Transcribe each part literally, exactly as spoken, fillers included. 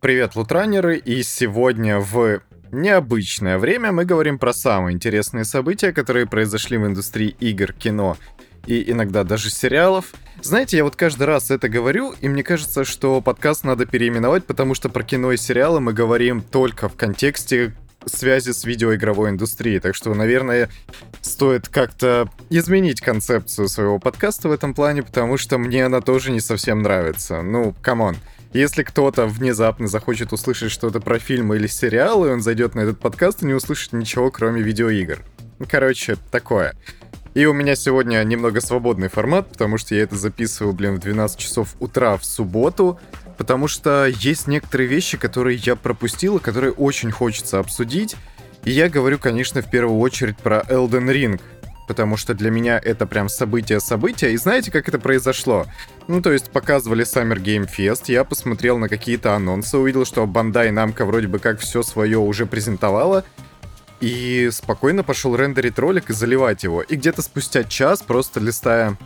Привет, лутранеры, и сегодня в необычное время мы говорим про самые интересные события, которые произошли в индустрии игр, кино и иногда даже сериалов. Знаете, я вот каждый раз это говорю, и мне кажется, что подкаст надо переименовать, потому что про кино и сериалы мы говорим только в контексте связи с видеоигровой индустрией. Так что, наверное, стоит как-то изменить концепцию своего подкаста в этом плане, потому что мне она тоже не совсем нравится. Ну, камон. Если кто-то внезапно захочет услышать что-то про фильмы или сериалы, он зайдет на этот подкаст и не услышит ничего, кроме видеоигр. Короче, такое. И у меня сегодня немного свободный формат, потому что я это записываю, блин, в двенадцать часов утра в субботу, потому что есть некоторые вещи, которые я пропустил и которые очень хочется обсудить. И я говорю, конечно, в первую очередь про Elden Ring, потому что для меня это прям событие-событие. И знаете, как это произошло? Ну, то есть показывали Summer Game Fest, я посмотрел на какие-то анонсы, увидел, что Bandai Namco вроде бы как все свое уже презентовала, и спокойно пошел рендерить ролик и заливать его. И где-то спустя час, просто листая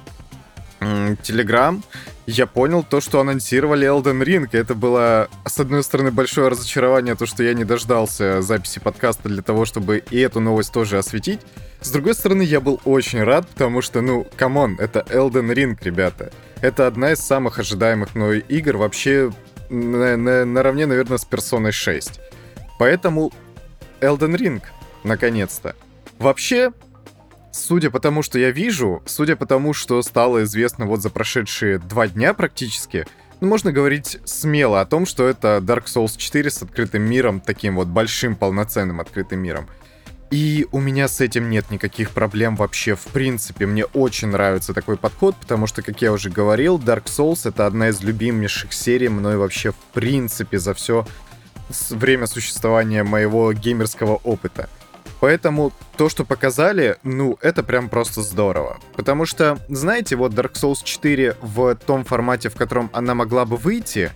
Telegram, я понял то, что анонсировали Elden Ring. И это было, с одной стороны, большое разочарование, то, что я не дождался записи подкаста для того, чтобы и эту новость тоже осветить. С другой стороны, я был очень рад, потому что, ну, камон, это Elden Ring, ребята. Это одна из самых ожидаемых мной игр, вообще на- на- наравне, наверное, с Persona шесть. Поэтому Elden Ring, наконец-то. Вообще, судя по тому, что я вижу, судя по тому, что стало известно вот за прошедшие два дня практически, ну, можно говорить смело о том, что это Dark Souls четыре с открытым миром, таким вот большим, полноценным открытым миром. И у меня с этим нет никаких проблем вообще, в принципе. Мне очень нравится такой подход, потому что, как я уже говорил, Dark Souls — это одна из любимейших серий мной вообще, в принципе, за все время существования моего геймерского опыта. Поэтому то, что показали, ну, это прям просто здорово. Потому что, знаете, вот Dark Souls четыре в том формате, в котором она могла бы выйти,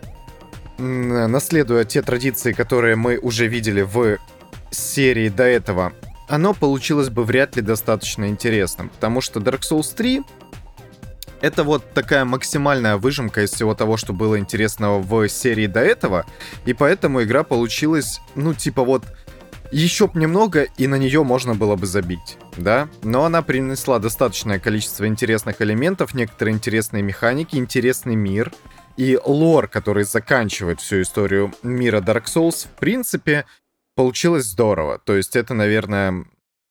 наследуя те традиции, которые мы уже видели в серии до этого, оно получилось бы вряд ли достаточно интересным. Потому что Dark Souls три — это вот такая максимальная выжимка из всего того, что было интересного в серии до этого. И поэтому игра получилась, ну, типа вот еще б немного, и на нее можно было бы забить, да? Но она принесла достаточное количество интересных элементов, некоторые интересные механики, интересный мир и лор, который заканчивает всю историю мира Dark Souls, в принципе, получилось здорово. То есть это, наверное...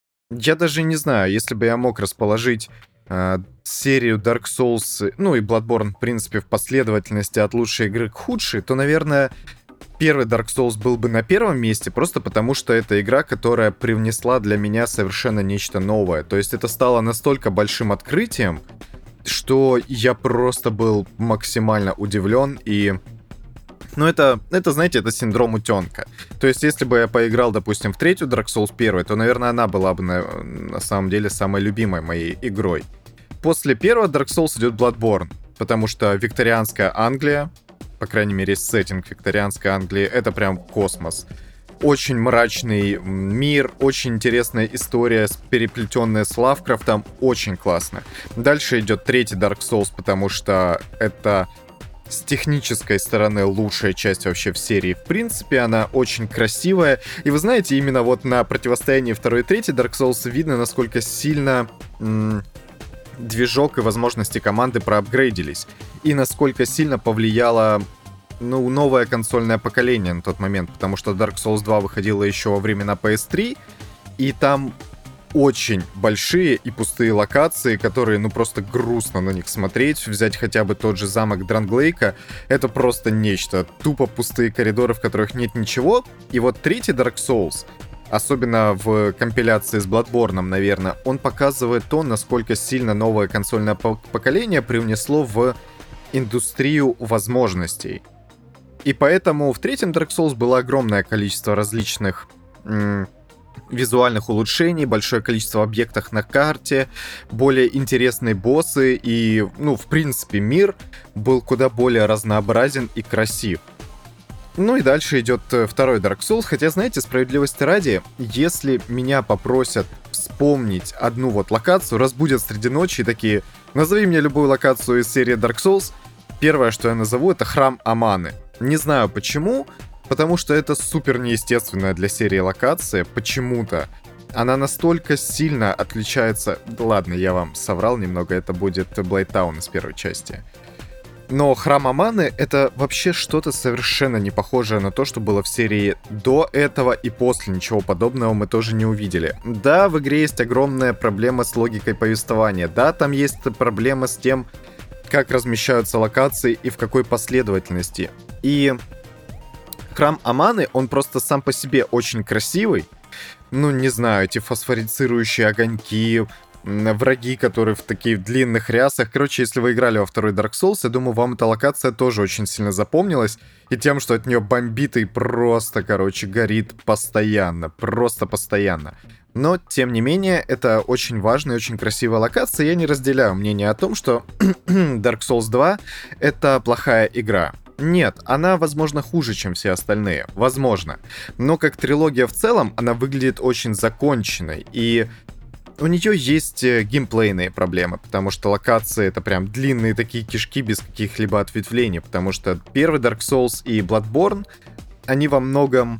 Я даже не знаю, если бы я мог расположить э, серию Dark Souls, ну и Bloodborne, в принципе, в последовательности от лучшей игры к худшей, то, наверное, первый Dark Souls был бы на первом месте, просто потому что это игра, которая привнесла для меня совершенно нечто новое. То есть это стало настолько большим открытием, что я просто был максимально удивлен и... Ну, это, это, знаете, это синдром утенка. То есть, если бы я поиграл, допустим, в третью Dark Souls первой, то, наверное, она была бы на, на самом деле самой любимой моей игрой. После первого Dark Souls идет Bloodborne, потому что викторианская Англия, по крайней мере, сеттинг викторианской Англии, это прям космос. Очень мрачный мир, очень интересная история, переплетенная с Лавкрафтом, очень классно. Дальше идет третий Dark Souls, потому что это... с технической стороны лучшая часть вообще в серии. В принципе, она очень красивая. И вы знаете, именно вот на противостоянии второй и третьей Dark Souls видно, насколько сильно м- движок и возможности команды проапгрейдились. И насколько сильно повлияло, ну, новое консольное поколение на тот момент. Потому что Dark Souls два выходила еще во времена пи эс три. И там очень большие и пустые локации, которые, ну, просто грустно на них смотреть. Взять хотя бы тот же замок Дранглейка, это просто нечто. Тупо пустые коридоры, в которых нет ничего. И вот третий Dark Souls, особенно в компиляции с Bloodborne, наверное, он показывает то, насколько сильно новое консольное поколение привнесло в индустрию возможностей. И поэтому в третьем Dark Souls было огромное количество различных... М- визуальных улучшений, большое количество объектов на карте, более интересные боссы и, ну, в принципе, мир был куда более разнообразен и красив. Ну и дальше идет второй Dark Souls, хотя, знаете, справедливости ради, если меня попросят вспомнить одну вот локацию, разбудят среди ночи и такие: назови мне любую локацию из серии Dark Souls, первое, что я назову, это храм Аманы. Не знаю почему, потому что это супер неестественная для серии локация, почему-то. Она настолько сильно отличается... Ладно, я вам соврал немного, это будет Блайттаун из первой части. Но Храм Аманы — это вообще что-то совершенно не похожее на то, что было в серии до этого, и после ничего подобного мы тоже не увидели. Да, в игре есть огромная проблема с логикой повествования. Да, там есть проблема с тем, как размещаются локации и в какой последовательности. И Храм Аманы, он просто сам по себе очень красивый. Ну, не знаю, эти фосфорицирующие огоньки, враги, которые в таких длинных рясах. Короче, если вы играли во второй Dark Souls, я думаю, вам эта локация тоже очень сильно запомнилась. И тем, что от нее бомбит и просто, короче, горит постоянно. Просто постоянно. Но, тем не менее, это очень важная и очень красивая локация. Я не разделяю мнение о том, что Dark Souls два — это плохая игра. Нет, она, возможно, хуже, чем все остальные. Возможно. Но как трилогия в целом, она выглядит очень законченной. И у нее есть геймплейные проблемы, потому что локации — это прям длинные такие кишки без каких-либо ответвлений. Потому что первый Dark Souls и Bloodborne, они во многом...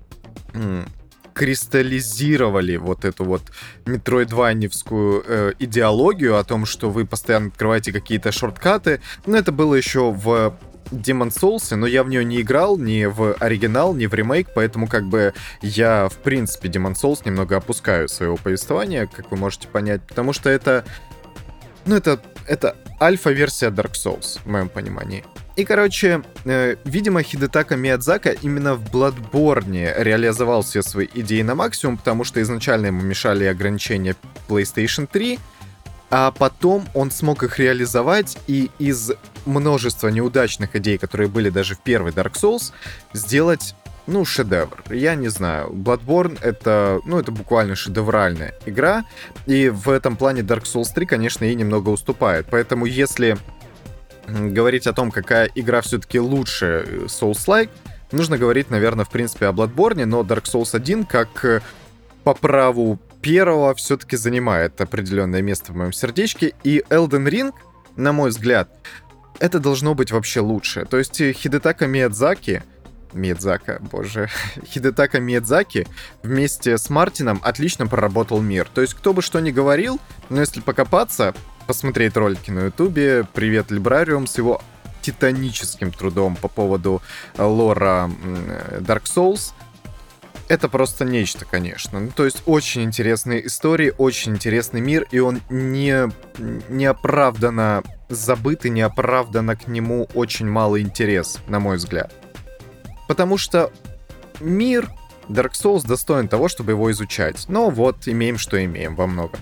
М- кристаллизировали вот эту вот метроидваневскую э, идеологию о том, что вы постоянно открываете какие-то шорткаты. Но это было еще в Demon's Souls, но я в нее не играл, ни в оригинал, ни в ремейк, поэтому как бы я, в принципе, Demon's Souls немного опускаю своего повествования, как вы можете понять, потому что это... Ну, это, это альфа-версия Dark Souls, в моем понимании. И, короче, э, видимо, Хидетака Миядзака именно в Bloodborne реализовал все свои идеи на максимум, потому что изначально ему мешали ограничения PlayStation три, а потом он смог их реализовать, и из множества неудачных идей, которые были даже в первой Dark Souls, сделать, ну, шедевр. Я не знаю. Bloodborne — это, ну, это буквально шедевральная игра, и в этом плане Dark Souls три, конечно, ей немного уступает. Поэтому если говорить о том, какая игра все-таки лучше Souls-like, нужно говорить, наверное, в принципе, о Bloodborne, но Dark Souls один, как по праву первого, все-таки занимает определенное место в моем сердечке, и Elden Ring, на мой взгляд, это должно быть вообще лучше. То есть Хидетака Миядзаки, Миядзака, боже, Хидетака Миядзаки вместе с Мартином отлично проработал мир. То есть кто бы что ни говорил, но если покопаться, посмотреть ролики на ютубе, привет Librarium с его титаническим трудом по поводу лора Dark Souls, это просто нечто, конечно. Ну, то есть очень интересные истории, очень интересный мир, и он не, неоправданно забыт, и неоправданно к нему очень малый интерес, на мой взгляд. Потому что мир Dark Souls достоин того, чтобы его изучать. Но вот, имеем, что имеем во многом.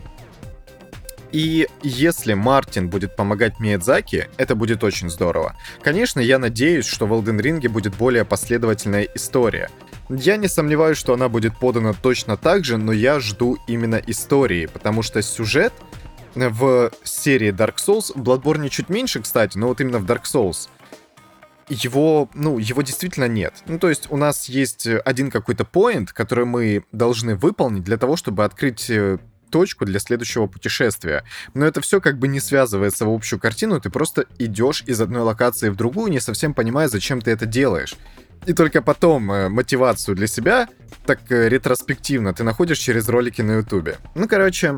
И если Мартин будет помогать Миядзаки, это будет очень здорово. Конечно, я надеюсь, что в Elden Ring будет более последовательная история. Я не сомневаюсь, что она будет подана точно так же, но я жду именно истории, потому что сюжет в серии Dark Souls, в Bloodborne чуть меньше, кстати, но вот именно в Dark Souls, его, ну, его действительно нет. Ну, то есть у нас есть один какой-то поинт, который мы должны выполнить для того, чтобы открыть точку для следующего путешествия. Но это все как бы не связывается в общую картину, ты просто идешь из одной локации в другую, не совсем понимая, зачем ты это делаешь. И только потом э, мотивацию для себя, так э, ретроспективно, ты находишь через ролики на ютубе. Ну, короче,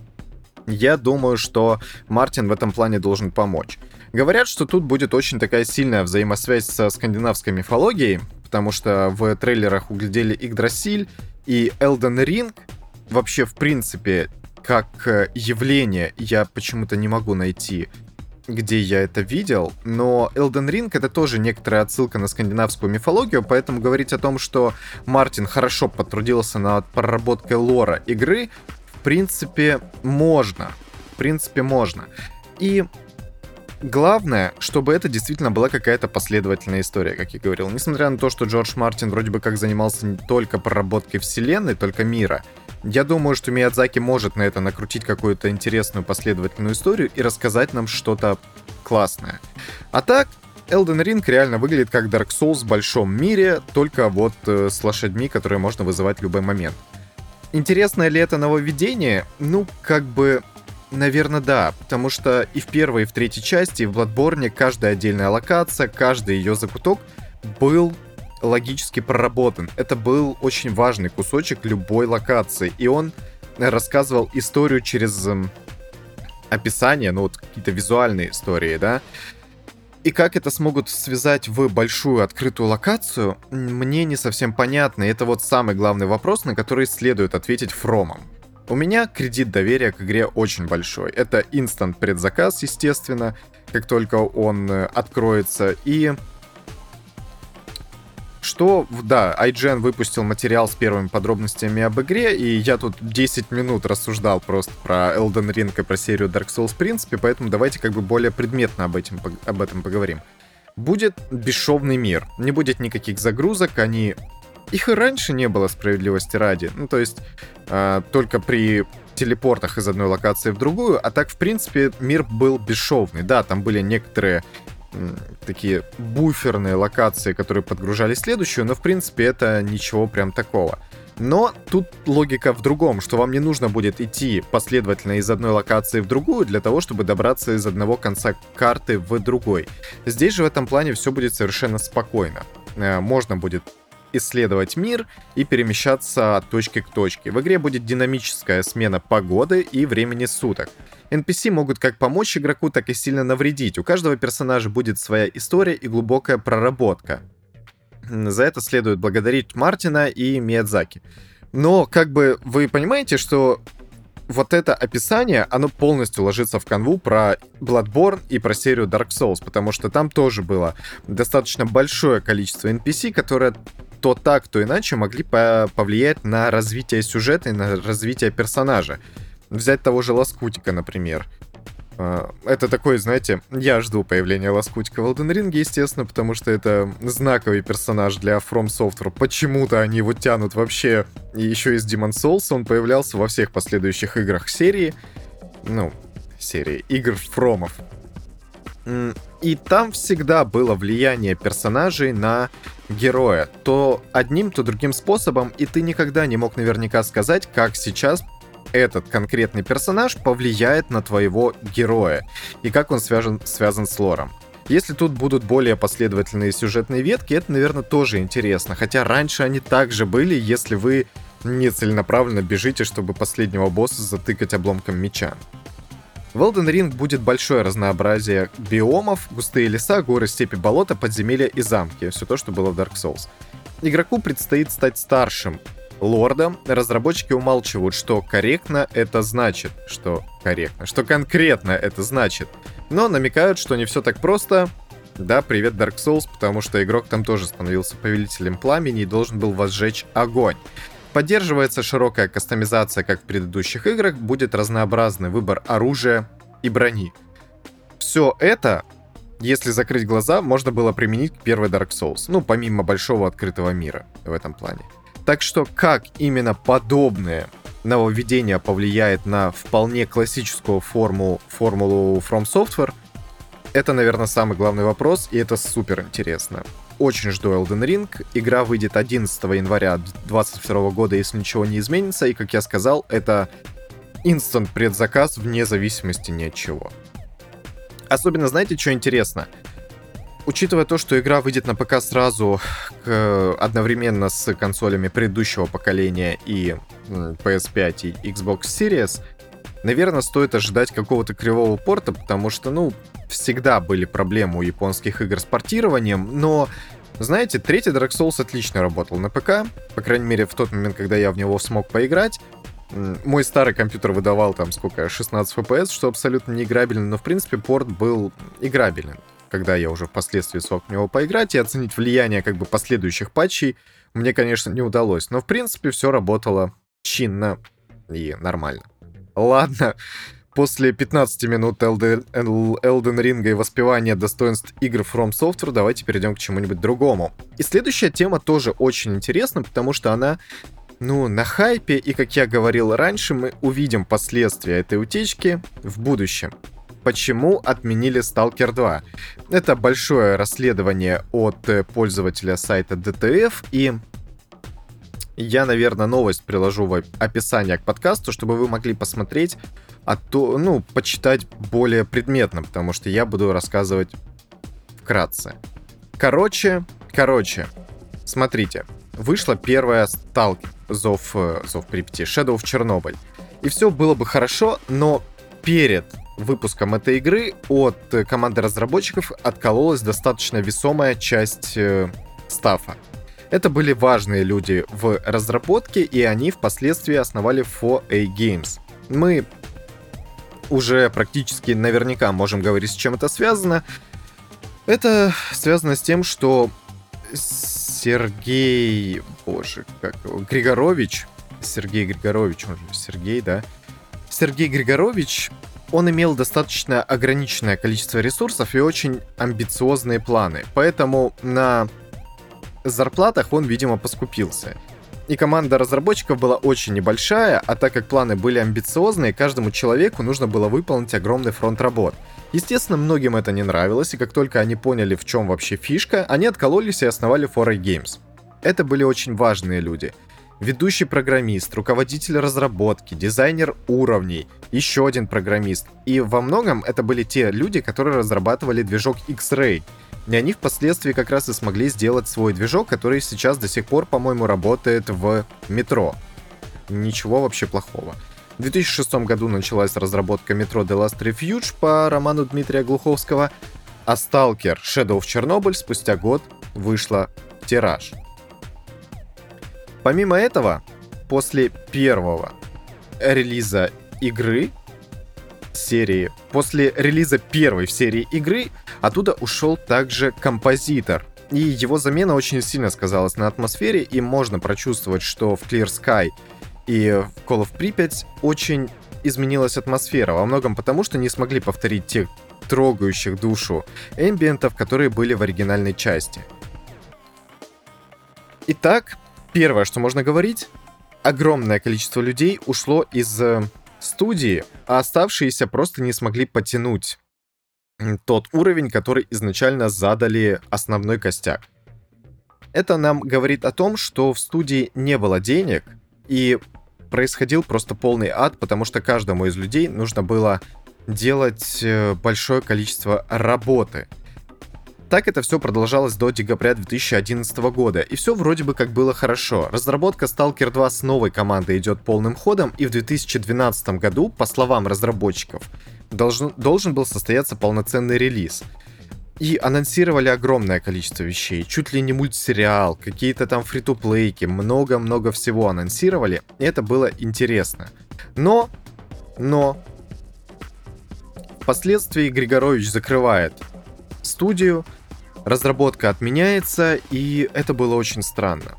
я думаю, что Мартин в этом плане должен помочь. Говорят, что тут будет очень такая сильная взаимосвязь со скандинавской мифологией, потому что в трейлерах углядели Игдрасиль и Elden Ring. Вообще, в принципе, как явление я почему-то не могу найти, где я это видел, но Elden Ring — это тоже некоторая отсылка на скандинавскую мифологию, поэтому говорить о том, что Мартин хорошо потрудился над проработкой лора игры, в принципе, можно. В принципе, можно. И главное, чтобы это действительно была какая-то последовательная история, как я говорил. Несмотря на то, что Джордж Мартин вроде бы как занимался не только проработкой вселенной, только мира, я думаю, что Миядзаки может на это накрутить какую-то интересную последовательную историю и рассказать нам что-то классное. А так, Elden Ring реально выглядит как Dark Souls в большом мире, только вот э, с лошадьми, которые можно вызывать в любой момент. Интересное ли это нововведение? Ну, как бы... Наверное, да, потому что и в первой, и в третьей части, и в Bloodborne каждая отдельная локация, каждый ее закуток был логически проработан. Это был очень важный кусочек любой локации. И он рассказывал историю через эм, описание, ну вот какие-то визуальные истории, да. И как это смогут связать в большую открытую локацию, мне не совсем понятно. И это вот самый главный вопрос, на который следует ответить Фромом. У меня кредит доверия к игре очень большой. Это инстант предзаказ, естественно, как только он откроется. И что, да, ай джи эн выпустил материал с первыми подробностями об игре, и я тут десять минут рассуждал просто про Elden Ring и про серию Dark Souls в принципе, поэтому давайте как бы более предметно об, этим, об этом поговорим. Будет бесшовный мир, не будет никаких загрузок, они... Их и раньше не было, справедливости ради, ну то есть э, только при телепортах из одной локации в другую, а так в принципе мир был бесшовный, да, там были некоторые такие буферные локации, которые подгружали следующую, но в принципе это ничего прям такого. Но тут логика в другом, что вам не нужно будет идти последовательно из одной локации в другую для того, чтобы добраться из одного конца карты в другой. Здесь же в этом плане все будет совершенно спокойно. Можно будет исследовать мир и перемещаться от точки к точке. В игре будет динамическая смена погоды и времени суток. эн пи си могут как помочь игроку, так и сильно навредить. У каждого персонажа будет своя история и глубокая проработка. За это следует благодарить Мартина и Миядзаки. Но, как бы, вы понимаете, что вот это описание, оно полностью ложится в канву про Bloodborne и про серию Dark Souls, потому что там тоже было достаточно большое количество эн пи си, которые то так, то иначе могли повлиять на развитие сюжета и на развитие персонажа. Взять того же Лоскутика, например. Это такой, знаете, я жду появления Лоскутика в Elden Ring, естественно, потому что это знаковый персонаж для From Software. Почему-то они его тянут вообще еще из Demon's Souls. Он появлялся во всех последующих играх серии. Ну, серии игр Фромов. И там всегда было влияние персонажей на героя. То одним, то другим способом, и ты никогда не мог наверняка сказать, как сейчас этот конкретный персонаж повлияет на твоего героя, и как он связан, связан с лором. Если тут будут более последовательные сюжетные ветки, это, наверное, тоже интересно. Хотя раньше они также были, если вы не целенаправленно бежите, чтобы последнего босса затыкать обломком меча. В Elden Ring будет большое разнообразие биомов, густые леса, горы, степи, болота, подземелья и замки. Все то, что было в Dark Souls. Игроку предстоит стать старшим лордом. Разработчики умалчивают, что корректно это значит. Что корректно. Что конкретно это значит. Но намекают, что не все так просто. Да, привет Dark Souls, потому что игрок там тоже становился повелителем пламени и должен был возжечь огонь. Поддерживается широкая кастомизация, как в предыдущих играх, будет разнообразный выбор оружия и брони. Все это, если закрыть глаза, можно было применить к первой Dark Souls, ну, помимо большого открытого мира в этом плане. Так что, как именно подобное нововведение повлияет на вполне классическую форму, формулу From Software, это, наверное, самый главный вопрос, и это супер интересно. Очень жду Elden Ring. Игра выйдет одиннадцатого января двадцать второго года, если ничего не изменится. И, как я сказал, это инстант предзаказ вне зависимости ни от чего. Особенно, знаете, что интересно? Учитывая то, что игра выйдет на ПК сразу к, одновременно с консолями предыдущего поколения и пи эс пять и Xbox Series, наверное, стоит ожидать какого-то кривого порта, потому что, ну, всегда были проблемы у японских игр с портированием, но, знаете, третий Dark Souls отлично работал на ПК, по крайней мере, в тот момент, когда я в него смог поиграть. Мой старый компьютер выдавал там, сколько, шестнадцать эф пи эс, что абсолютно не играбельно, но, в принципе, порт был играбелен, когда я уже впоследствии смог в него поиграть, и оценить влияние, как бы, последующих патчей мне, конечно, не удалось, но, в принципе, все работало чинно и нормально. Ладно, после пятнадцати минут Elden, Elden Ring и воспевания достоинств игр From Software давайте перейдем к чему-нибудь другому. И следующая тема тоже очень интересна, потому что она, ну, на хайпе, и, как я говорил раньше, мы увидим последствия этой утечки в будущем. Почему отменили Stalker два? Это большое расследование от пользователя сайта ди ти эф, и я, наверное, новость приложу в описание к подкасту, чтобы вы могли посмотреть, а то, ну, почитать более предметно, потому что я буду рассказывать вкратце. Короче, Короче, смотрите. Вышла первая Сталкер, Зов, Зов Припяти, Shadow of Chernobyl. И все было бы хорошо, но перед выпуском этой игры от команды разработчиков откололась достаточно весомая часть э, стаффа. Это были важные люди в разработке, и они впоследствии основали фор эй Games. Мы уже практически наверняка можем говорить, с чем это связано. Это связано с тем, что Сергей... Боже, как его? Григорович. Сергей Григорович, он же Сергей, да? Сергей Григорович, он имел достаточно ограниченное количество ресурсов и очень амбициозные планы. Поэтому на зарплатах он, видимо, поскупился. И команда разработчиков была очень небольшая, а так как планы были амбициозные, каждому человеку нужно было выполнить огромный фронт работ. Естественно, многим это не нравилось, и как только они поняли, в чем вообще фишка, они откололись и основали фор эй Games. Это были очень важные люди. Ведущий программист, руководитель разработки, дизайнер уровней, еще один программист. И во многом это были те люди, которые разрабатывали движок X-Ray. И они впоследствии как раз и смогли сделать свой движок, который сейчас до сих пор, по-моему, работает в метро. Ничего вообще плохого. В две тысячи шестом году началась разработка Metro The Last Refuge по роману Дмитрия Глуховского, а Stalker Shadow of Chernobyl спустя год вышла в тираж. Помимо этого, после первого релиза игры, серии, после релиза первой в серии игры, оттуда ушел также композитор. И его замена очень сильно сказалась на атмосфере, и можно прочувствовать, что в Clear Sky и в Call of Pripyat очень изменилась атмосфера, во многом потому, что не смогли повторить тех трогающих душу эмбиентов, которые были в оригинальной части. Итак, первое, что можно говорить, огромное количество людей ушло из студии, а оставшиеся просто не смогли потянуть тот уровень, который изначально задали основной костяк. Это нам говорит о том, что в студии не было денег, и происходил просто полный ад, потому что каждому из людей нужно было делать большое количество работы. Так это все продолжалось до декабря две тысячи одиннадцатого года, и все вроде бы как было хорошо. Разработка Stalker два с новой командой идет полным ходом, и в две тысячи двенадцатом году, по словам разработчиков, должен, должен был состояться полноценный релиз. И анонсировали огромное количество вещей, чуть ли не мультсериал, какие-то там фри-ту-плейки, много-много всего анонсировали, и это было интересно. Но, но, впоследствии Григорович закрывает студию, разработка отменяется, и это было очень странно.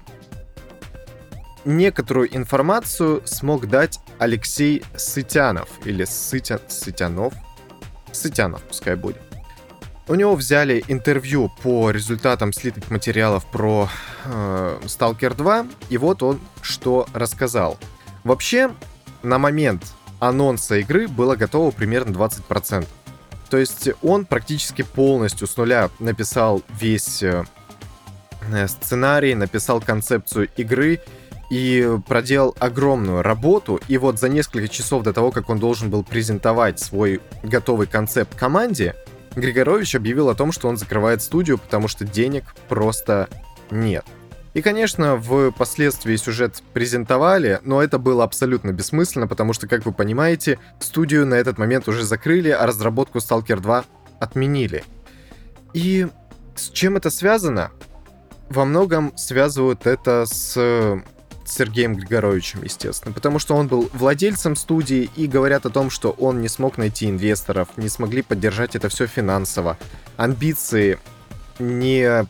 Некоторую информацию смог дать Алексей Сытянов, или Сытя... Сытянов? Сытянов, пускай будет. У него взяли интервью по результатам слитых материалов про э, Stalker два, и вот он что рассказал. Вообще, на момент анонса игры было готово примерно двадцать процентов. То есть он практически полностью с нуля написал весь э, сценарий, написал концепцию игры и проделал огромную работу. И вот за несколько часов до того, как он должен был презентовать свой готовый концепт команде, Григорович объявил о том, что он закрывает студию, потому что денег просто нет. И, конечно, впоследствии сюжет презентовали, но это было абсолютно бессмысленно, потому что, как вы понимаете, студию на этот момент уже закрыли, а разработку Stalker два отменили. И с чем это связано? Во многом связывают это с Сергеем Григоровичем, естественно, потому что он был владельцем студии, и говорят о том, что он не смог найти инвесторов, не смогли поддержать это все финансово. Амбиции не...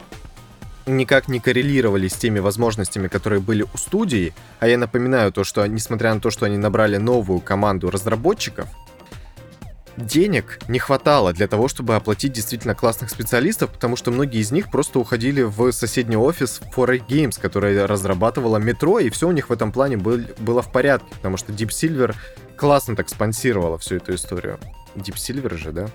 никак не коррелировали с теми возможностями, которые были у студии. А я напоминаю то, что несмотря на то, что они набрали новую команду разработчиков, денег не хватало для того, чтобы оплатить действительно классных специалистов, потому что многие из них просто уходили в соседний офис фор эй Games, которая разрабатывала метро, и все у них в этом плане был, было в порядке, потому что Deep Silver классно так спонсировала всю эту историю. Deep Silver же, да?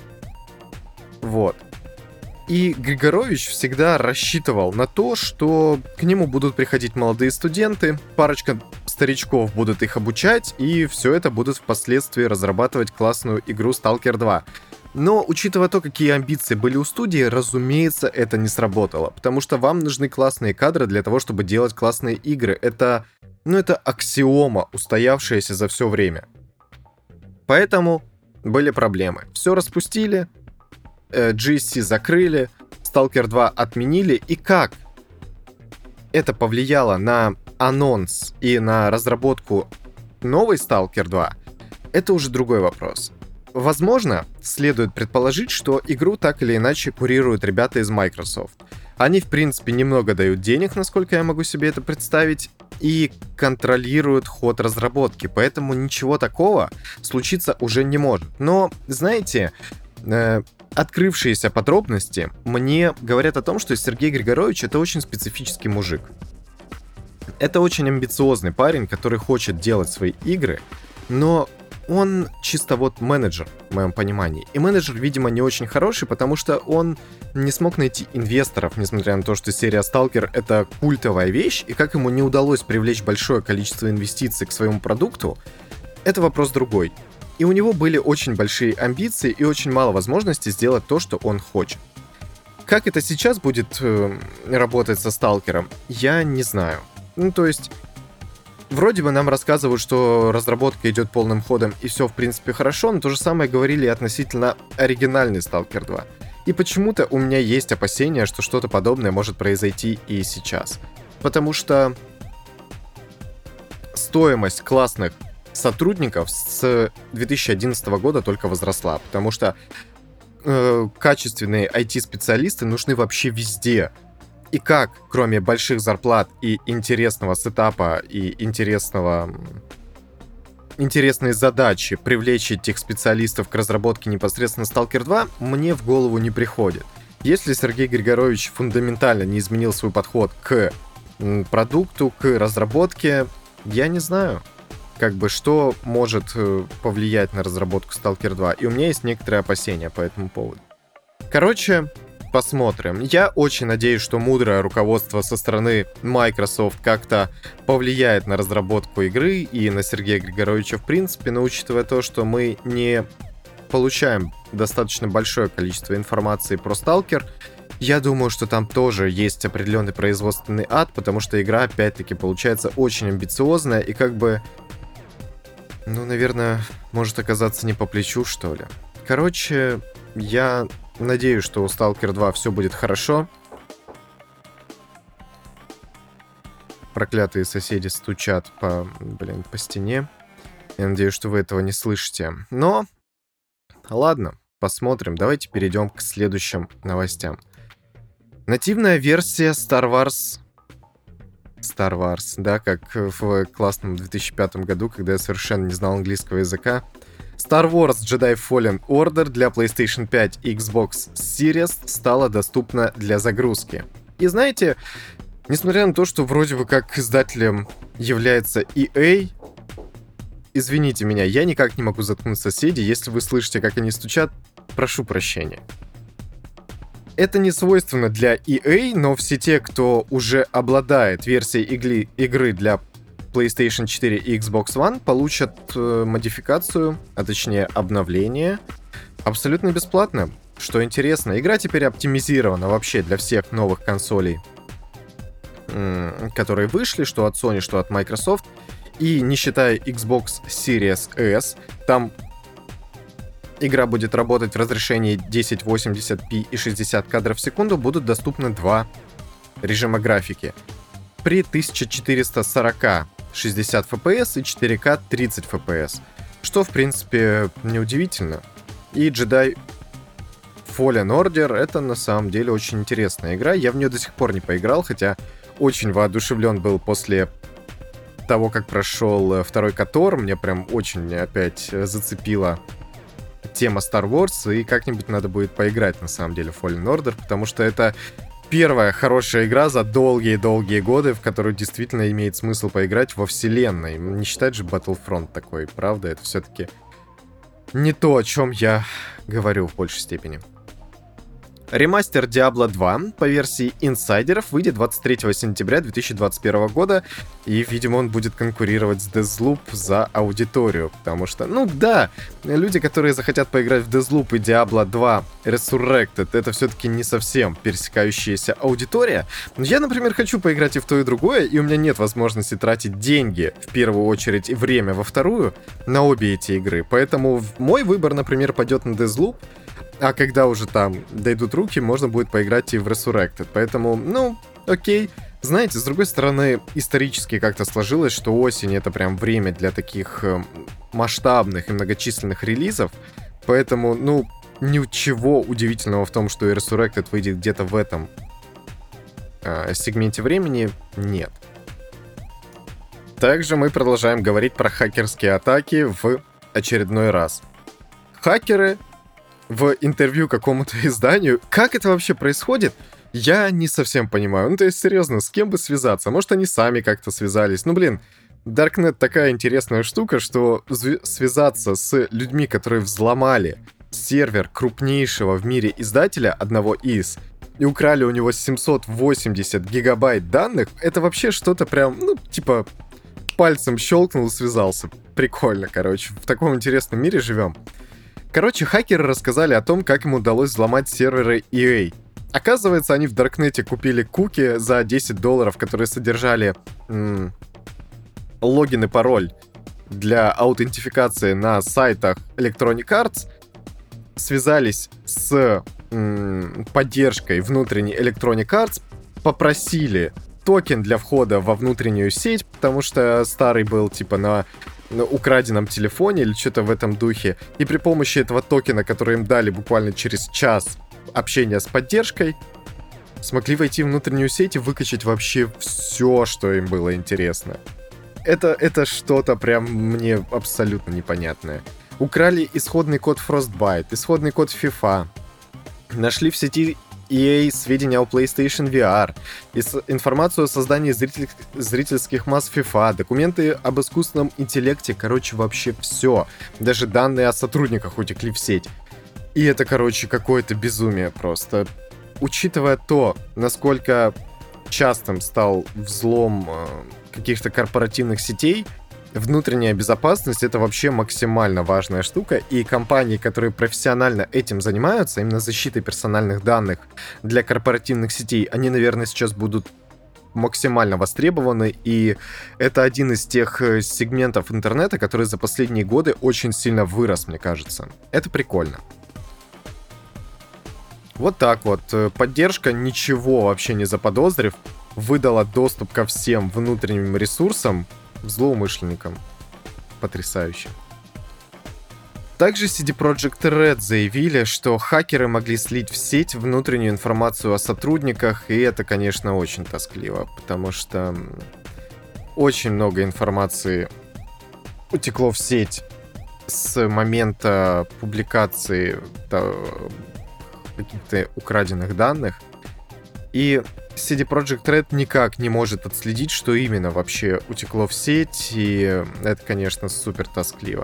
Вот. И Григорович всегда рассчитывал на то, что к нему будут приходить молодые студенты, парочка старичков будут их обучать, и все это будут впоследствии разрабатывать классную игру Stalker два. Но, учитывая то, какие амбиции были у студии, разумеется, это не сработало. Потому что вам нужны классные кадры для того, чтобы делать классные игры. Это, ну, это аксиома, устоявшаяся за все время. Поэтому были проблемы. Все распустили, джи эс си закрыли, Сталкер два отменили. И как это повлияло на анонс и на разработку новой Сталкер два, это уже другой вопрос. Возможно, следует предположить, что игру так или иначе курируют ребята из Microsoft. Они, в принципе, немного дают денег, насколько я могу себе это представить, и контролируют ход разработки, поэтому ничего такого случиться уже не может. Но, знаете, э, открывшиеся подробности мне говорят о том, что Сергей Григорович — это очень специфический мужик. Это очень амбициозный парень, который хочет делать свои игры, но он чисто вот менеджер, в моем понимании. И менеджер, видимо, не очень хороший, потому что он не смог найти инвесторов, несмотря на то, что серия Stalker — это культовая вещь, и как ему не удалось привлечь большое количество инвестиций к своему продукту, это вопрос другой. И у него были очень большие амбиции и очень мало возможностей сделать то, что он хочет. Как это сейчас будет э, работать со Сталкером, я не знаю. Ну, то есть, вроде бы нам рассказывают, что разработка идет полным ходом и все, в принципе, хорошо, но то же самое говорили относительно оригинальный Сталкер два. И почему-то у меня есть опасения, что что-то подобное может произойти и сейчас. Потому что стоимость классных сотрудников с две тысячи одиннадцатого года только возросла, потому что э, качественные ай ти-специалисты нужны вообще везде. И как, кроме больших зарплат и интересного сетапа, и интересного... интересной задачи привлечь этих специалистов к разработке непосредственно Сталкер два, мне в голову не приходит. Если Сергей Григорович фундаментально не изменил свой подход к продукту, к разработке, я не знаю, как бы, что может повлиять на разработку Сталкер два. И у меня есть некоторые опасения по этому поводу. Короче... Посмотрим. Я очень надеюсь, что мудрое руководство со стороны Microsoft как-то повлияет на разработку игры и на Сергея Григоровича в принципе, но учитывая то, что мы не получаем достаточно большое количество информации про Stalker, я думаю, что там тоже есть определенный производственный ад, потому что игра, опять-таки, получается очень амбициозная и как бы, ну, наверное, может оказаться не по плечу, что ли. Короче, я... надеюсь, что у Сталкер два все будет хорошо. Проклятые соседи стучат по, блин, по стене. Я надеюсь, что вы этого не слышите. Но, ладно, посмотрим. Давайте перейдем к следующим новостям. Нативная версия Star Wars... Star Wars, да, как в классном две тысячи пятом году, когда я совершенно не знал английского языка. Star Wars Jedi Fallen Order для PlayStation пять и Xbox Series стала доступна для загрузки. И знаете, несмотря на то, что вроде бы как издателем является и эй, извините меня, я никак не могу заткнуть соседей. Если вы слышите, как они стучат, прошу прощения. Это не свойственно для и эй, но все те, кто уже обладает версией игли, игры для PlayStation четыре и Xbox One, получат э, модификацию, а точнее обновление, абсолютно бесплатно. Что интересно, игра теперь оптимизирована вообще для всех новых консолей, э, которые вышли, что от Sony, что от Microsoft. И не считая Xbox Series S, там игра будет работать в разрешении тысяча восемьдесят пи и шестьдесят кадров в секунду, будут доступны два режима графики. При тысяча четыреста сорок шестьдесят эф пи эс и четыре ка тридцать эф пи эс. Что, в принципе, неудивительно. И Jedi Fallen Order — это на самом деле очень интересная игра. Я в нее до сих пор не поиграл, хотя очень воодушевлен был после того, как прошел второй Котор. Мне прям очень опять зацепила тема Star Wars, и как-нибудь надо будет поиграть, на самом деле, в Fallen Order, потому что это первая хорошая игра за долгие-долгие годы, в которую действительно имеет смысл поиграть во вселенной. Не считать же Battlefront такой, правда? Это все-таки не то, о чем я говорю в большей степени. Ремастер Diablo два по версии инсайдеров выйдет двадцать третьего сентября две тысячи двадцать первого года, и, видимо, он будет конкурировать с Deathloop за аудиторию, потому что, ну да, люди, которые захотят поиграть в Deathloop и Diablo два Resurrected, это все-таки не совсем пересекающаяся аудитория. Но я, например, хочу поиграть и в то, и другое, и у меня нет возможности тратить деньги, в первую очередь, и время во вторую, на обе эти игры, поэтому мой выбор, например, пойдет на Deathloop. А когда уже там дойдут руки, можно будет поиграть и в Resurrected. Поэтому, ну, окей. Знаете, с другой стороны, исторически как-то сложилось, что осень — это прям время для таких э, масштабных и многочисленных релизов. Поэтому, ну, ничего удивительного в том, что и Resurrected выйдет где-то в этом э, сегменте времени, нет. Также мы продолжаем говорить про хакерские атаки в очередной раз. Хакеры в интервью какому-то изданию. Как это вообще происходит? Я не совсем понимаю. Ну, то есть, серьезно, с кем бы связаться? Может, они сами как-то связались? Ну, блин, Darknet такая интересная штука, что связаться с людьми, которые взломали сервер крупнейшего в мире издателя, одного из, и украли у него семьсот восемьдесят гигабайт данных, это вообще что-то прям, ну, типа, пальцем щелкнул и связался. Прикольно, короче. В таком интересном мире живем. Короче, хакеры рассказали о том, как им удалось взломать серверы и эй. Оказывается, они в Даркнете купили куки за десять долларов, которые содержали м- логин и пароль для аутентификации на сайтах Electronic Arts, связались с м- поддержкой внутренней Electronic Arts, попросили токен для входа во внутреннюю сеть, потому что старый был типа на... на украденном телефоне или что-то в этом духе. И при помощи этого токена, который им дали буквально через час общения с поддержкой, смогли войти в внутреннюю сеть и выкачать вообще все, что им было интересно. Это, это что-то прям мне абсолютно непонятное. Украли исходный код Frostbite, исходный код FIFA. Нашли в сети и эй сведения о PlayStation ви ар, информацию о создании зритель... зрительских масс FIFA, документы об искусственном интеллекте, короче, вообще все. Даже данные о сотрудниках утекли в сеть. И это, короче, какое-то безумие просто. Учитывая то, насколько частым стал взлом э, каких-то корпоративных сетей, внутренняя безопасность — это вообще максимально важная штука, и компании, которые профессионально этим занимаются, именно защитой персональных данных для корпоративных сетей, они, наверное, сейчас будут максимально востребованы, и это один из тех сегментов интернета, который за последние годы очень сильно вырос, мне кажется. Это прикольно. Вот так вот. Поддержка, ничего вообще не заподозрив, выдала доступ ко всем внутренним ресурсам злоумышленникам. Потрясающе. Также си ди Projekt Red заявили, что хакеры могли слить в сеть внутреннюю информацию о сотрудниках, и это, конечно, очень тоскливо, потому что очень много информации утекло в сеть с момента публикации каких-то украденных данных, и си ди Projekt Red никак не может отследить, что именно вообще утекло в сеть, и это, конечно, супер тоскливо.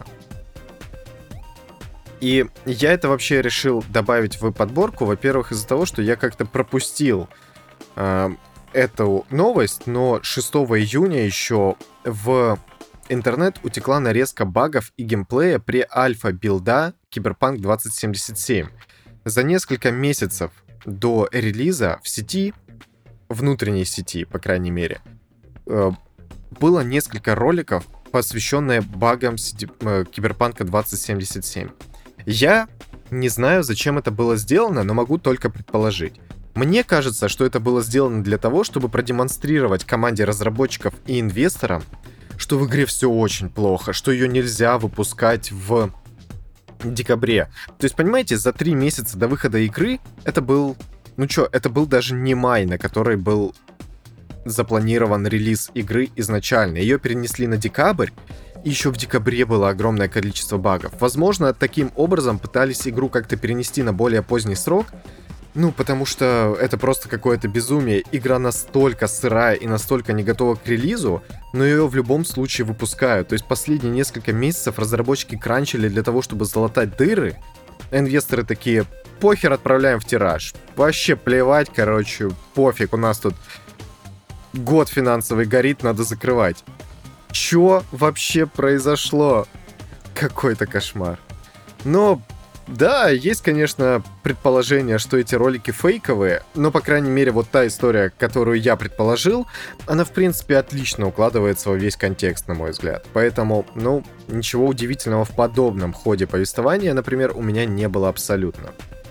И я это вообще решил добавить в подборку, во-первых, из-за того, что я как-то пропустил э, эту новость, но шестого июня еще в интернет утекла нарезка багов и геймплея при альфа-билда Cyberpunk двадцать семьдесят семь. За несколько месяцев до релиза в сети, внутренней сети, по крайней мере, было несколько роликов, посвященные багам Cyberpunk двадцать семьдесят семь. Я не знаю, зачем это было сделано, но могу только предположить. Мне кажется, что это было сделано для того, чтобы продемонстрировать команде разработчиков и инвесторам, что в игре все очень плохо, что ее нельзя выпускать в декабре. То есть, понимаете, за три месяца до выхода игры это был... Ну чё, это был даже не май, на который был запланирован релиз игры изначально. Ее перенесли на декабрь, и еще в декабре было огромное количество багов. Возможно, таким образом пытались игру как-то перенести на более поздний срок, ну, потому что это просто какое-то безумие. Игра настолько сырая и настолько не готова к релизу, но ее в любом случае выпускают. То есть последние несколько месяцев разработчики кранчили для того, чтобы залатать дыры, инвесторы такие: похер, отправляем в тираж. Вообще плевать, короче, пофиг, у нас тут год финансовый горит, надо закрывать. Чё вообще произошло? Какой-то кошмар. Но, да, есть, конечно, предположение, что эти ролики фейковые, но, по крайней мере, вот та история, которую я предположил, она, в принципе, отлично укладывается во весь контекст, на мой взгляд. Поэтому, ну, ничего удивительного в подобном ходе повествования, например, у меня не было абсолютно.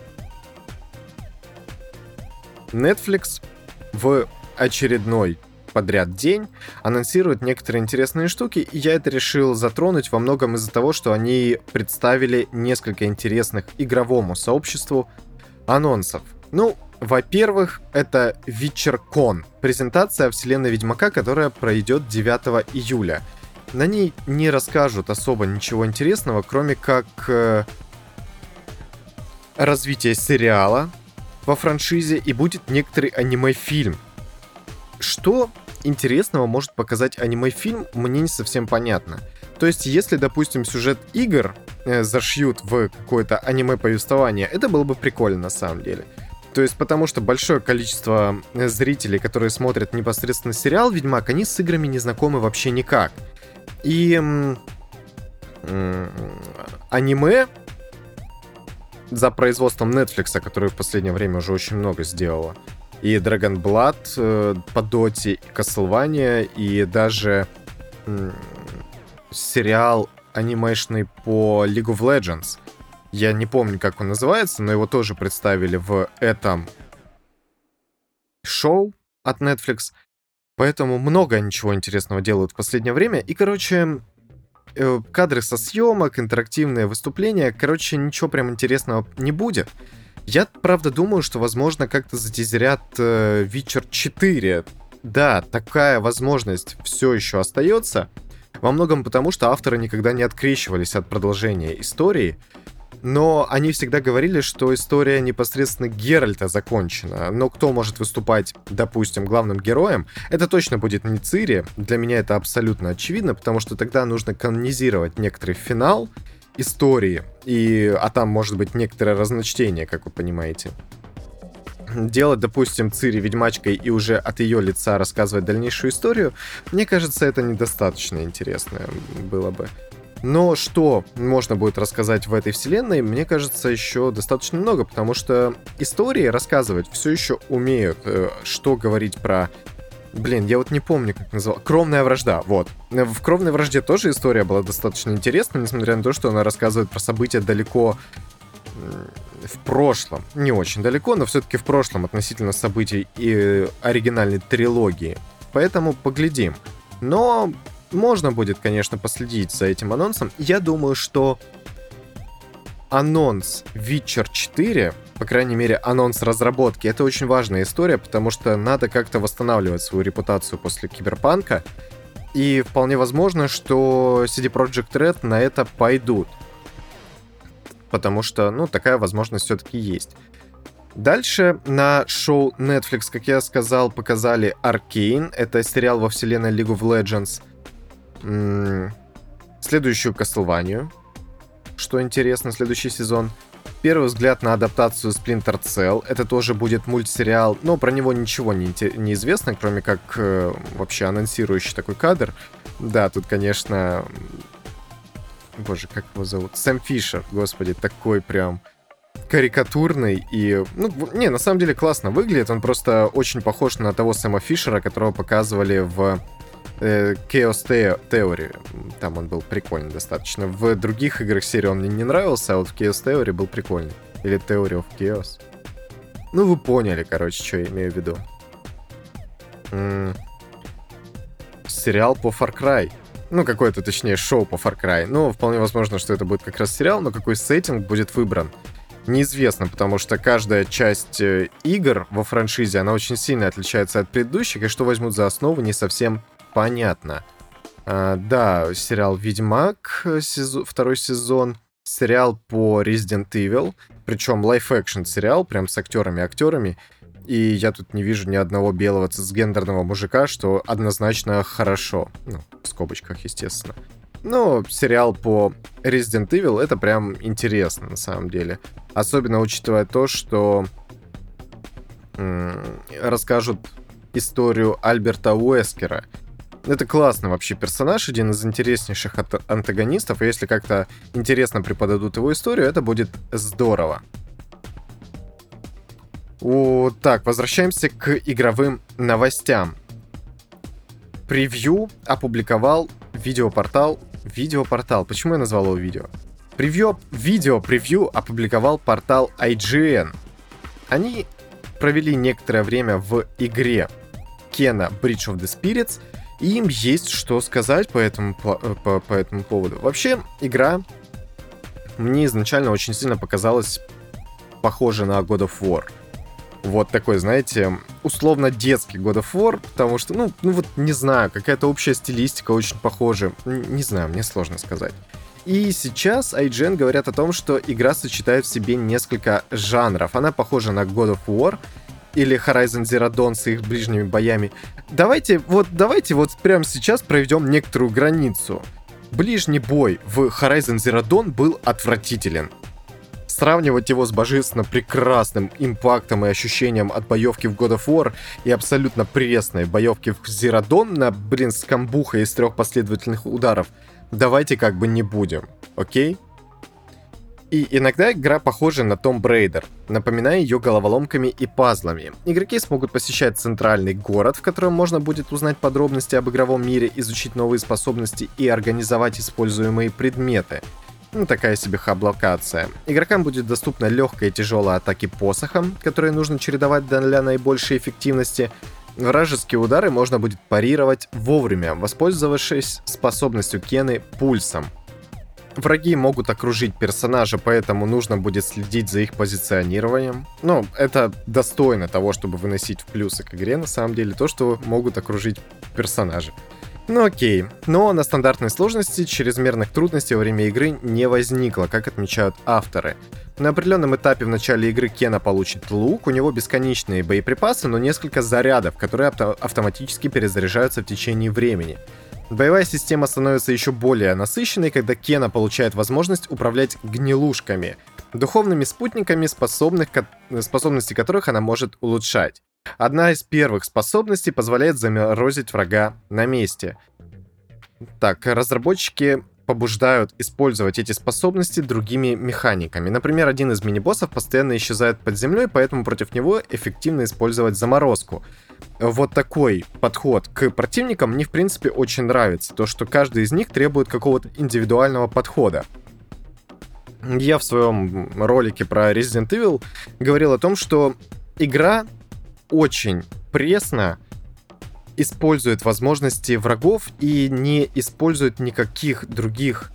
Netflix в очередной подряд день анонсируют некоторые интересные штуки, и я это решил затронуть во многом из-за того, что они представили несколько интересных игровому сообществу анонсов. Ну, во-первых, это WitcherCon, презентация вселенной Ведьмака, которая пройдет девятого июля. На ней не расскажут особо ничего интересного, кроме как э, развитие сериала во франшизе, и будет некоторый аниме-фильм. Что интересного может показать аниме-фильм, мне не совсем понятно. То есть, если, допустим, сюжет игр э, зашьют в какое-то аниме-повествование, это было бы прикольно на самом деле. То есть, потому что большое количество зрителей, которые смотрят непосредственно сериал «Ведьмак», они с играми не знакомы вообще никак. И м- м- аниме за производством Netflix, который в последнее время уже очень много сделала, и Dragon Blood э, по Доте, и Castlevania, и даже м- сериал анимешный по League of Legends. Я не помню, как он называется, но его тоже представили в этом шоу от Netflix. Поэтому много ничего интересного делают в последнее время. И, короче, э, кадры со съемок, интерактивные выступления. Короче, ничего прям интересного не будет. Я, правда, думаю, что, возможно, как-то затизерят э, Witcher четыре. Да, такая возможность все еще остается. Во многом потому, что авторы никогда не открещивались от продолжения истории. Но они всегда говорили, что история непосредственно Геральта закончена. Но кто может выступать, допустим, главным героем, это точно будет не Цири. Для меня это абсолютно очевидно, потому что тогда нужно канонизировать некоторый финал истории, и, а там может быть некоторое разночтение, как вы понимаете. Делать, допустим, Цири ведьмачкой и уже от ее лица рассказывать дальнейшую историю, мне кажется, это недостаточно интересно было бы. Но что можно будет рассказать в этой вселенной, мне кажется, еще достаточно много, потому что истории рассказывать все еще умеют. Что говорить про... Блин, я вот не помню, как называл. Кровная вражда, вот. В Кровной вражде тоже история была достаточно интересна, несмотря на то, что она рассказывает про события далеко в прошлом. Не очень далеко, но все-таки в прошлом относительно событий и оригинальной трилогии. Поэтому поглядим. Но можно будет, конечно, последить за этим анонсом. Я думаю, что анонс Witcher четыре, по крайней мере, анонс разработки, это очень важная история, потому что надо как-то восстанавливать свою репутацию после Киберпанка. И вполне возможно, что си ди Projekt Red на это пойдут. Потому что, ну, такая возможность все-таки есть. Дальше на шоу Netflix, как я сказал, показали Arcane. Это сериал во вселенной League of Legends. М-м- следующую Castlevania. Что интересно, следующий сезон. Первый взгляд на адаптацию Splinter Cell. Это тоже будет мультсериал, но про него ничего не, не известно, кроме как э, вообще анонсирующий такой кадр. Да, тут, конечно... Боже, как его зовут? Сэм Фишер, господи, такой прям карикатурный и... Ну, не, на самом деле классно выглядит. Он просто очень похож на того Сэма Фишера, которого показывали в э, Chaos Theory. Там он был прикольный достаточно. В других играх серии он мне не нравился, а вот в Chaos Theory был прикольный. Или Theory of Chaos. Ну, вы поняли, короче, что я имею в виду. М-м- сериал по Far Cry. Ну, какое-то, точнее, шоу по Far Cry. Ну, вполне возможно, что это будет как раз сериал, но какой сеттинг будет выбран, неизвестно, потому что каждая часть э, игр во франшизе, она очень сильно отличается от предыдущих, и что возьмут за основу, не совсем понятно. А, да, сериал «Ведьмак», сезон, второй сезон, сериал по Resident Evil, причем лайф-экшн сериал, прям с актерами-актерами, и я тут не вижу ни одного белого цисгендерного мужика, что однозначно хорошо. Ну, в скобочках, естественно. но сериал по Resident Evil — это прям интересно на самом деле. Особенно учитывая то, что м- расскажут историю Альберта Уэскера. Это классный вообще персонаж, один из интереснейших антагонистов, и если как-то интересно преподадут его историю, это будет здорово. О, так, возвращаемся к игровым новостям. Превью опубликовал видеопортал... Видеопортал, почему я назвал его видео? Превью... Видео-превью опубликовал портал ай джи эн. Они провели некоторое время в игре Kena Bridge of the Spirits, и им есть что сказать по этому, по, по, по этому поводу. Вообще, игра мне изначально очень сильно показалась похожа на God of War. Вот такой, знаете, условно детский God of War, потому что, ну, ну вот не знаю, какая-то общая стилистика очень похожа. Не знаю, мне сложно сказать. И сейчас ай джи эн говорят о том, что игра сочетает в себе несколько жанров. Она похожа на God of War или Horizon Zero Dawn с их ближними боями. Давайте, вот давайте вот прямо сейчас проведем некоторую границу. Ближний бой в Horizon Zero Dawn был отвратителен. Сравнивать его с божественно прекрасным импактом и ощущением от боевки в God of War и абсолютно пресной боевки в Zero Dawn на, блин, с камбухой из трех последовательных ударов, давайте как бы не будем, окей? И иногда игра похожа на Tomb Raider, напоминая ее головоломками и пазлами. Игроки смогут посещать центральный город, в котором можно будет узнать подробности об игровом мире, изучить новые способности и организовать используемые предметы. Ну, такая себе хаб-локация. Игрокам будет доступна легкая и тяжелая атаки посохом, которые нужно чередовать для наибольшей эффективности. Вражеские удары можно будет парировать вовремя, воспользовавшись способностью Кены пульсом. Враги могут окружить персонажа, поэтому нужно будет следить за их позиционированием. Ну, это достойно того, чтобы выносить в плюсы к игре, на самом деле, то, что могут окружить персонажа. Ну окей, но на стандартной сложности чрезмерных трудностей во время игры не возникло, как отмечают авторы. На определенном этапе в начале игры Кена получит лук, у него бесконечные боеприпасы, но несколько зарядов, которые авто- автоматически перезаряжаются в течение времени. Боевая система становится еще более насыщенной, когда Кена получает возможность управлять гнилушками, духовными спутниками, способных, способности которых она может улучшать. Одна из первых способностей позволяет заморозить врага на месте. Так, разработчики побуждают использовать эти способности другими механиками. Например, один из мини-боссов постоянно исчезает под землей, поэтому против него эффективно использовать заморозку. Вот такой подход к противникам мне, в принципе, очень нравится. То, что каждый из них требует какого-то индивидуального подхода. Я в своем ролике про Resident Evil говорил о том, что игра очень пресно использует возможности врагов и не использует никаких других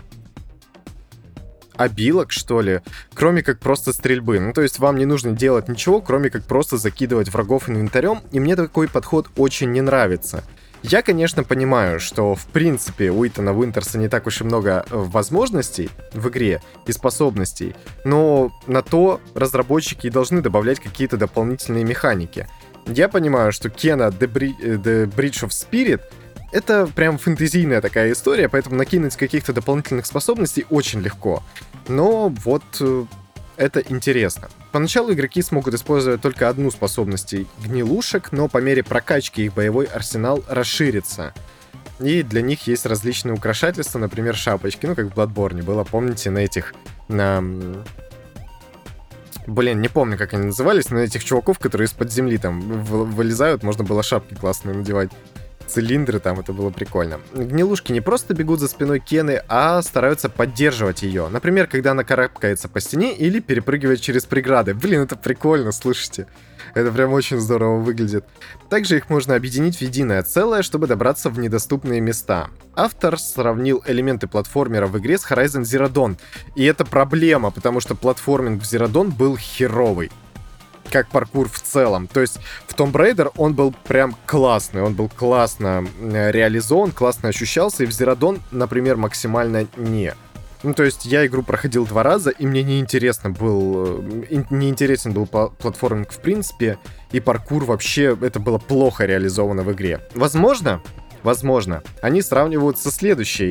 обилок, что ли, кроме как просто стрельбы. Ну, то есть вам не нужно делать ничего, кроме как просто закидывать врагов инвентарем, и мне такой подход очень не нравится. Я, конечно, понимаю, что, в принципе, у Итана Уинтерса не так уж и много возможностей в игре и способностей, но на то разработчики и должны добавлять какие-то дополнительные механики. Я понимаю, что Kena The, Bri- The Bridge of Spirit — это прям фэнтезийная такая история, поэтому накинуть каких-то дополнительных способностей очень легко. Но вот э, это интересно. Поначалу игроки смогут использовать только одну способность гнилушек, но по мере прокачки их боевой арсенал расширится. И для них есть различные украшательства, например, шапочки, ну как в Bloodborne было, помните, на этих... на... Блин, не помню, как они назывались, но этих чуваков, которые из-под земли там вылезают, можно было шапки классные надевать. Цилиндры там, это было прикольно. Гнилушки не просто бегут за спиной Кены, а стараются поддерживать ее. Например, когда она карабкается по стене или перепрыгивает через преграды. Блин, это прикольно, слушайте. Это прям очень здорово выглядит. Также их можно объединить в единое целое, чтобы добраться в недоступные места. Автор сравнил элементы платформера в игре с Horizon Zero Dawn. И это проблема, потому что платформинг в Zero Dawn был херовый. Как паркур в целом. То есть в Tomb Raider он был прям классный, он был классно реализован, классно ощущался, и в Zero Dawn, например, максимально не. Ну, то есть я игру проходил два раза, и мне неинтересно был, неинтересен был платформинг в принципе, и паркур вообще, это было плохо реализовано в игре. Возможно, возможно, они сравнивают со следующей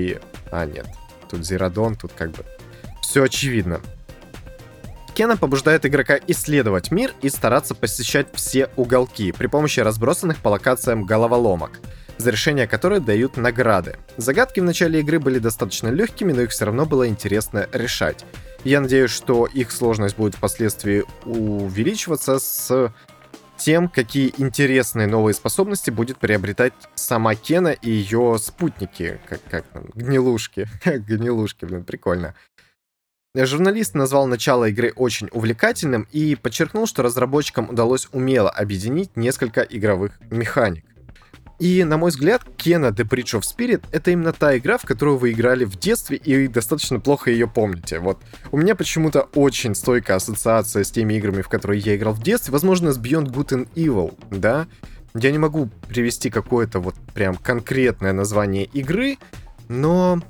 А, нет. Тут Зирадон, тут как бы все очевидно. Кена побуждает игрока исследовать мир и стараться посещать все уголки при помощи разбросанных по локациям головоломок, за решение которых дают награды. Загадки в начале игры были достаточно легкими, но их все равно было интересно решать. Я надеюсь, что их сложность будет впоследствии увеличиваться с тем, какие интересные новые способности будет приобретать сама Кена и ее спутники, как, как там, гнилушки. Гнилушки, блин, прикольно. Журналист назвал начало игры очень увлекательным и подчеркнул, что разработчикам удалось умело объединить несколько игровых механик. И, на мой взгляд, Kena The Bridge of Spirit — это именно та игра, в которую вы играли в детстве и достаточно плохо ее помните. Вот. У меня почему-то очень стойкая ассоциация с теми играми, в которые я играл в детстве, возможно, с Beyond Good and Evil, да? Я не могу привести какое-то вот прям конкретное название игры, но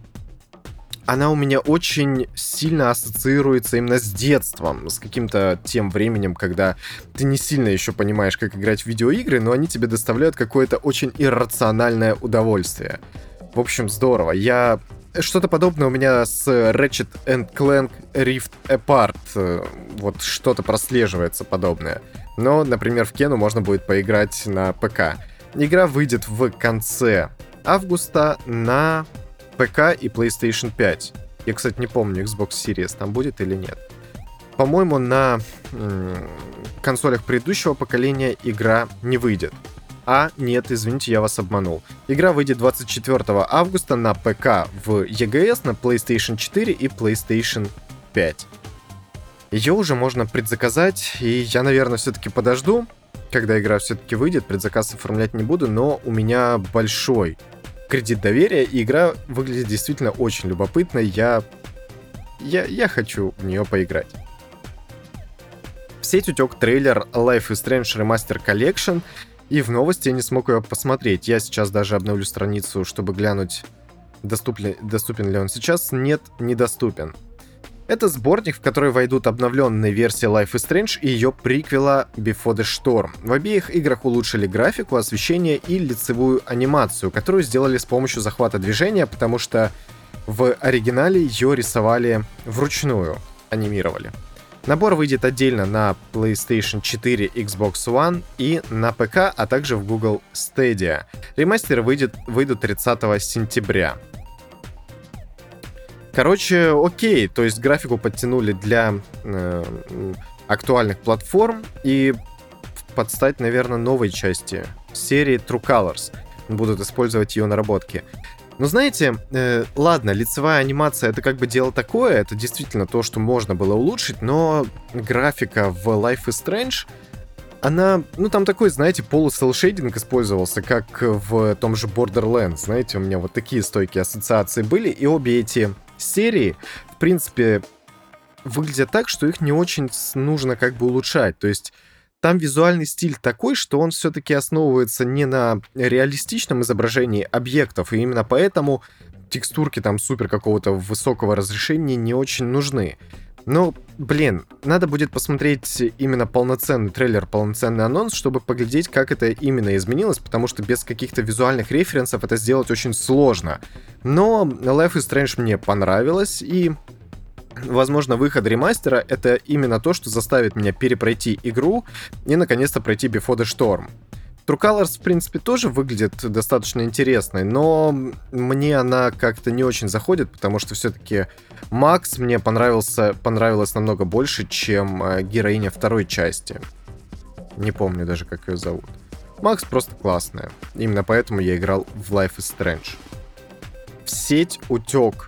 она у меня очень сильно ассоциируется именно с детством, с каким-то тем временем, когда ты не сильно еще понимаешь, как играть в видеоигры, но они тебе доставляют какое-то очень иррациональное удовольствие. В общем, здорово. Я... Что-то подобное у меня с Ratchet энд Clank Rift Apart. Вот что-то прослеживается подобное. Но, например, в Кену можно будет поиграть на ПК. Игра выйдет в конце августа на ПК и PlayStation пять. Я, кстати, не помню, Xbox Series там будет или нет. По-моему, на м- консолях предыдущего поколения игра не выйдет. А, нет, извините, я вас обманул. Игра выйдет двадцать четвёртого августа на ПК в и джи эс, на PlayStation четыре и PlayStation пять. Ее уже можно предзаказать, и я, наверное, все-таки подожду, когда игра все-таки выйдет. Предзаказ оформлять не буду, но у меня большой кредит доверия, и игра выглядит действительно очень любопытно. Я... Я, я хочу в нее поиграть. В сеть утек трейлер Life is Strange Remaster Collection, и в новости я не смог ее посмотреть. Я сейчас даже обновлю страницу, чтобы глянуть, доступен, доступен ли он сейчас. Нет, недоступен. Это сборник, в который войдут обновленные версии Life is Strange и ее приквела Before the Storm. В обеих играх улучшили графику, освещение и лицевую анимацию, которую сделали с помощью захвата движения, потому что в оригинале ее рисовали вручную, анимировали. Набор выйдет отдельно на PlayStation четыре, Xbox One и на ПК, а также в Google Stadia. Ремастеры выйдет, выйдут тридцатого сентября. Короче, окей, то есть графику подтянули для э, актуальных платформ и под стать, наверное, новой части серии True Colors. Будут использовать ее наработки. Но знаете, э, ладно, лицевая анимация — это как бы дело такое, это действительно то, что можно было улучшить, но графика в Life is Strange, она, ну там такой, знаете, полу-селшейдинг использовался, как в том же Borderlands, знаете, у меня вот такие стойкие ассоциации были, и обе эти серии, в принципе, выглядят так, что их не очень нужно как бы улучшать. То есть там визуальный стиль такой, что он все-таки основывается не на реалистичном изображении объектов, и именно поэтому текстурки там супер какого-то высокого разрешения не очень нужны. Но, блин, надо будет посмотреть именно полноценный трейлер, полноценный анонс, чтобы поглядеть, как это именно изменилось, потому что без каких-то визуальных референсов это сделать очень сложно. Но Life is Strange мне понравилось, и, возможно, выход ремастера — это именно то, что заставит меня перепройти игру и, наконец-то, пройти Before the Storm. True Colors, в принципе, тоже выглядит достаточно интересной, но мне она как-то не очень заходит, потому что все-таки Макс мне понравился, понравилась намного больше, чем героиня второй части. Не помню даже, как ее зовут. Макс просто классная. Именно поэтому я играл в Life is Strange. В сеть утек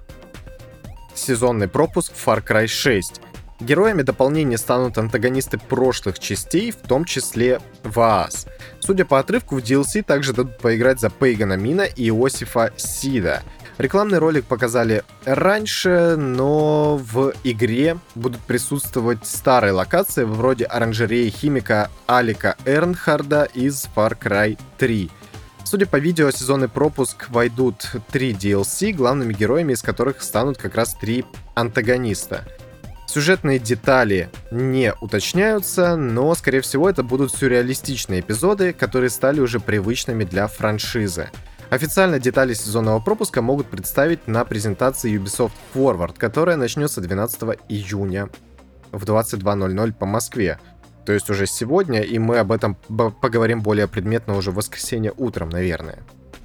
сезонный пропуск Far Cry шесть. Героями дополнения станут антагонисты прошлых частей, в том числе Ваас. Судя по отрывку, в ди эл си также дадут поиграть за Пейгана Мина и Иосифа Сида. Рекламный ролик показали раньше, но в игре будут присутствовать старые локации, вроде оранжереи химика Алика Эрнхарда из Far Cry три. Судя по видео, сезонный пропуск войдут три ди эл си, главными героями из которых станут как раз три антагониста. Сюжетные детали не уточняются, но, скорее всего, это будут сюрреалистичные эпизоды, которые стали уже привычными для франшизы. Официально детали сезонного пропуска могут представить на презентации Ubisoft Forward, которая начнется двенадцатого июня в двадцать два ноль ноль по Москве. То есть уже сегодня, и мы об этом поговорим более предметно уже в воскресенье утром, наверное.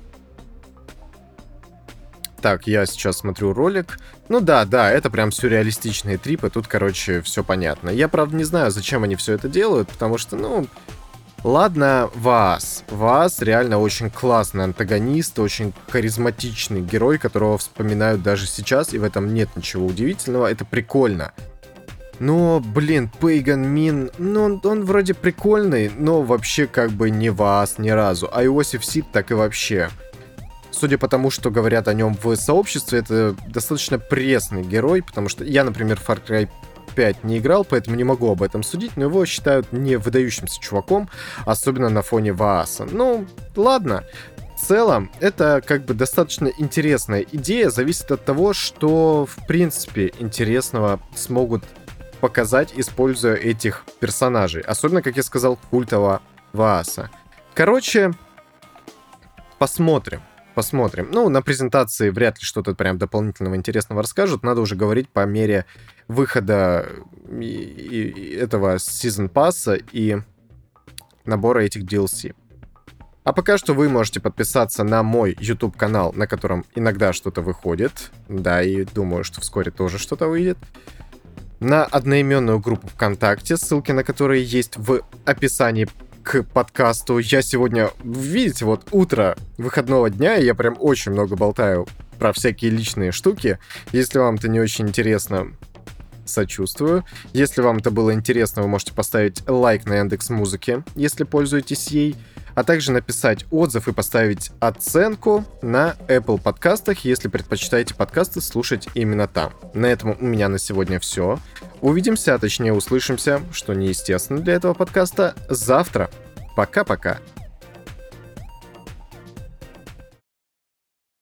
Так, я сейчас смотрю ролик. Ну да, да, это прям сюрреалистичные трипы, тут, короче, все понятно. Я, правда, не знаю, зачем они все это делают, потому что, ну... Ладно, Ваас. Ваас реально очень классный антагонист, очень харизматичный герой, которого вспоминают даже сейчас, и в этом нет ничего удивительного, это прикольно. Но, блин, Пейган Мин, ну, он, он вроде прикольный, но вообще как бы не Ваас ни разу. А Иосиф Сид так и вообще... Судя по тому, что говорят о нем в сообществе, это достаточно пресный герой, потому что я, например, Far Cry пять не играл, поэтому не могу об этом судить, но его считают не выдающимся чуваком, особенно на фоне Вааса. Ну, ладно. В целом, это как бы достаточно интересная идея, зависит от того, что, в принципе, интересного смогут показать, используя этих персонажей. Особенно, как я сказал, культового Вааса. Короче, посмотрим. Посмотрим. Ну, на презентации вряд ли что-то прям дополнительного интересного расскажут. Надо уже говорить по мере выхода этого Season Pass и набора этих ди эл си. А пока что вы можете подписаться на мой YouTube-канал, на котором иногда что-то выходит. Да, и думаю, что вскоре тоже что-то выйдет. На одноименную группу ВКонтакте, ссылки на которые есть в описании к подкасту. Я сегодня, видите, вот утро выходного дня, и я прям очень много болтаю про всякие личные штуки. Если вам это не очень интересно, сочувствую. Если вам это было интересно, вы можете поставить лайк на Яндекс.Музыке, если пользуетесь ей, а также написать отзыв и поставить оценку на Apple подкастах, если предпочитаете подкасты слушать именно там. На этом у меня на сегодня все. Увидимся, а точнее услышимся, что неестественно для этого подкаста, завтра. Пока-пока.